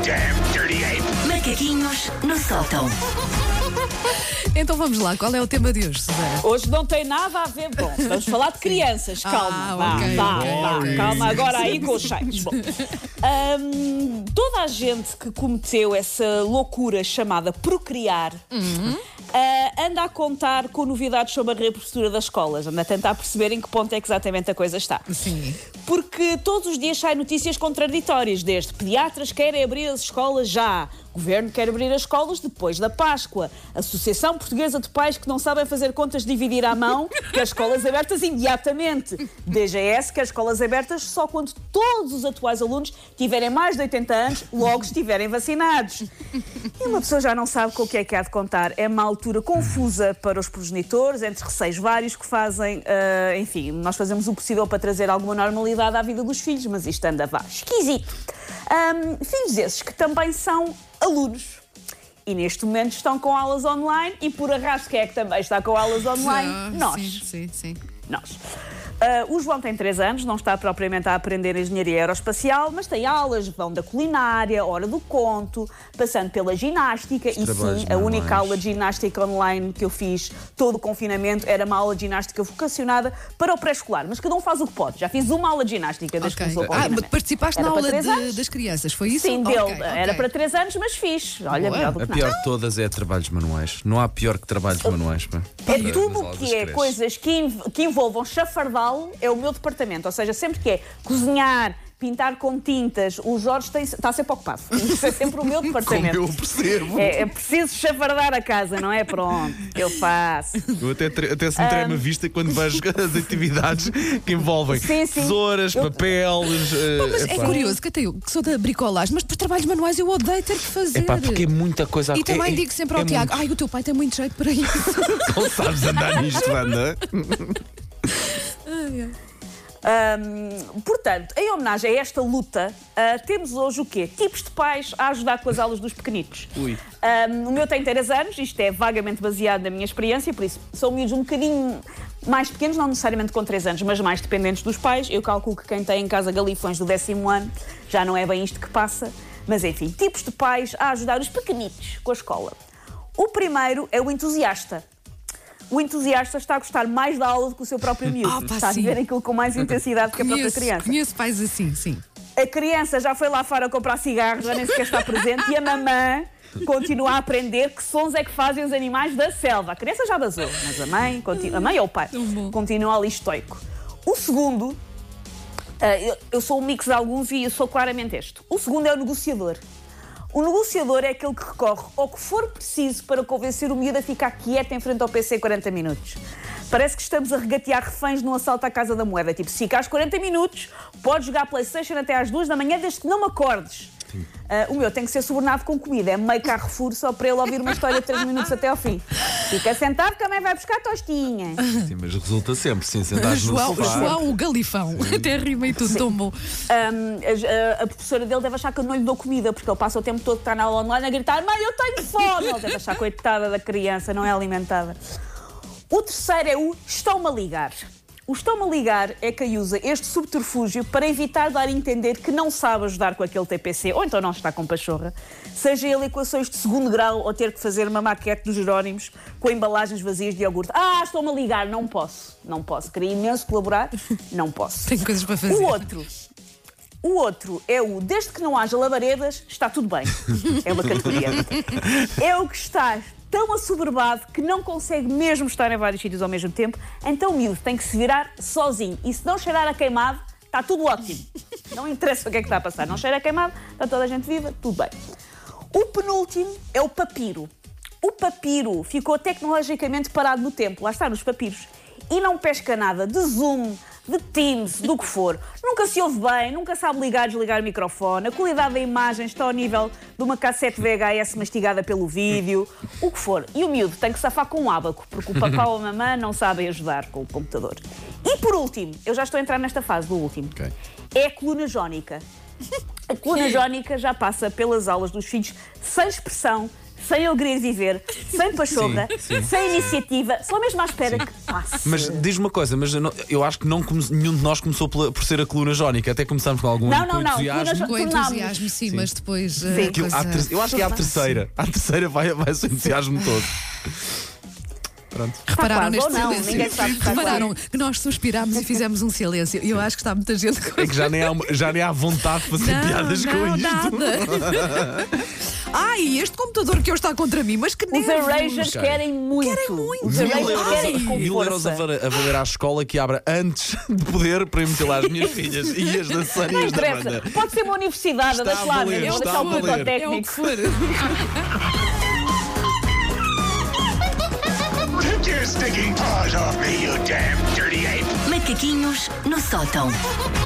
damn dirty ape! Macaquinhos no sótão. Então vamos lá, qual é o tema de hoje, Susana? Hoje não tem nada a ver. Bom, vamos falar de crianças. Calma, ok. calma agora aí com os cheios. Bom, toda a gente que cometeu essa loucura chamada procriar anda a contar com novidades sobre a reabertura das escolas. Anda a tentar perceber em que ponto é que exatamente a coisa está. Sim. Porque todos os dias saem notícias contraditórias, desde pediatras querem abrir as escolas já, o governo quer abrir as escolas depois da Páscoa, Associação Portuguesa de Pais que não sabem fazer contas de dividir à mão, quer escolas abertas imediatamente, DGS quer escolas abertas só quando todos os atuais alunos tiverem mais de 80 anos, logo estiverem vacinados. E uma pessoa já não sabe com o que é que há de contar. É uma altura confusa para os progenitores, entre receios vários que fazem, enfim, nós fazemos o possível para trazer alguma normalidade à vida dos filhos, mas isto anda esquisito. Filhos esses que também são alunos e neste momento estão com aulas online e por arrasto quem é que também está com aulas online? Nós. Sim. Nós. O João tem 3 anos, não está propriamente a aprender engenharia aeroespacial, mas tem aulas, vão da culinária, hora do conto, passando pela ginástica. E sim, a única aula de ginástica online que eu fiz todo o confinamento era uma aula de ginástica vocacionada para o pré-escolar. Mas cada um faz o que pode. Já fiz uma aula de ginástica desde que começou o confinamento. Mas participaste na aula das crianças, foi isso? Sim, era para 3 anos, mas fiz. Olha, melhor do que A pior de todas é trabalhos manuais. Não há pior que trabalhos manuais. Pá. É tudo o que é coisas que envolvam chafardal é o meu departamento. Ou seja, sempre que é cozinhar, pintar com tintas, o Jorge está sempre ocupado. Isso é sempre o meu departamento. Como eu percebo. É preciso chafardar a casa, não é? Pronto, eu faço. Eu até se me treme a vista quando vejo as atividades que envolvem tesouras, papéis. Mas é curioso que até eu, que sou da bricolagem, mas por trabalhos manuais eu odeio ter que fazer. Porque é muita coisa a E também digo sempre ao Tiago: o teu pai tem muito jeito para isso. Não sabes andar nisto, anda. Portanto, em homenagem a esta luta, temos hoje o quê? Tipos de pais a ajudar com as aulas dos pequenitos. O meu tem 3 anos, isto é vagamente baseado na minha experiência, por isso são miúdos um bocadinho mais pequenos, não necessariamente com 3 anos, mas mais dependentes dos pais. Eu calculo que quem tem em casa galifões do 10º ano já não é bem isto que passa. Mas enfim, tipos de pais a ajudar os pequenitos com a escola. O primeiro é o entusiasta. O entusiasta está a gostar mais da aula do que o seu próprio miúdo. Está a viver aquilo com mais intensidade que a própria criança. Conheço pais assim, sim. A criança já foi lá fora comprar cigarros, já nem sequer está presente, e a mamã continua a aprender que sons é que fazem os animais da selva. A criança já basou, mas a mãe ou o pai continua ali estoico. O segundo, eu sou um mix de alguns e eu sou claramente este. O segundo é o negociador. O negociador é aquele que recorre ao que for preciso para convencer o miúdo a ficar quieto em frente ao PC 40 minutos. Parece que estamos a regatear reféns num assalto à Casa da Moeda. Tipo, se ficares 40 minutos, podes jogar PlayStation até às 2 da manhã desde que não me acordes. O meu tem que ser subornado com comida. É meio Carrefour só para ele ouvir uma história de 3 minutos até ao fim. Fica sentado que a mãe vai buscar tostinhas. Sim, mas resulta sempre, sim, sentados no sofá. João, o galifão. Até rima e tudo tão bom. A professora dele deve achar que eu não lhe dou comida, porque ele passa o tempo todo que está na aula online a gritar: mãe, eu tenho fome! Ele deve achar, coitada da criança, não é alimentada. O terceiro é o estão-me a ligar. O estão-me a ligar é quem usa este subterfúgio para evitar dar a entender que não sabe ajudar com aquele TPC, ou então não está com pachorra, seja ele equações de 2º grau ou ter que fazer uma maquete dos Jerónimos com embalagens vazias de iogurte. Estão-me a ligar, não posso. Queria imenso colaborar, não posso. Tenho coisas para fazer. O outro é o desde que não haja labaredas, está tudo bem. É uma categoria. É o que está tão assoberbado que não consegue mesmo estar em vários sítios ao mesmo tempo, então o miúdo tem que se virar sozinho. E se não cheirar a queimado, está tudo ótimo. Não interessa o que é que está a passar. Não cheira a queimado, está toda a gente viva, tudo bem. O penúltimo é o papiro. O papiro ficou tecnologicamente parado no tempo. Lá está, nos papiros. E não pesca nada de Zoom, de Teams, do que for. Nunca se ouve bem, nunca sabe ligar e desligar o microfone. A qualidade da imagem está ao nível de uma cassete VHS mastigada pelo vídeo. O que for. E o miúdo tem que safar com um ábaco, porque o papá ou a mamã não sabem ajudar com o computador. E por último, eu já estou a entrar nesta fase do último, é a coluna jónica. A coluna jónica já passa pelas aulas dos filhos sem expressão, sem alegria de viver, sem pachorra, sem iniciativa, só mesmo à espera que passe. Mas diz-me uma coisa, eu acho que nenhum de nós começou por ser a coluna jónica. Até começámos com algum entusiasmo. Com entusiasmo, sim, mas depois. Eu acho que é à terceira. À terceira vai o entusiasmo todo. Pronto. Repararam neste não, silêncio? Repararam que nós suspirámos e fizemos um silêncio. E eu acho que está muita gente com... É que já nem há vontade de fazer piadas com isto. Nada. Ai, este computador que está contra mim, mas que Os nervos. Erasers querem muito. Os Erasers querem com 1000 euros a valer à escola que abra antes de poder para ir meter lá as minhas filhas e as da Sânia Não e as da interessa. Amanda. Pode ser uma universidade, Está deixa a lá, valer, vou está deixar a o valer. É o técnico. que for. Take your stinking paws off me, you damn dirty ape! Macaquinhos no sótão.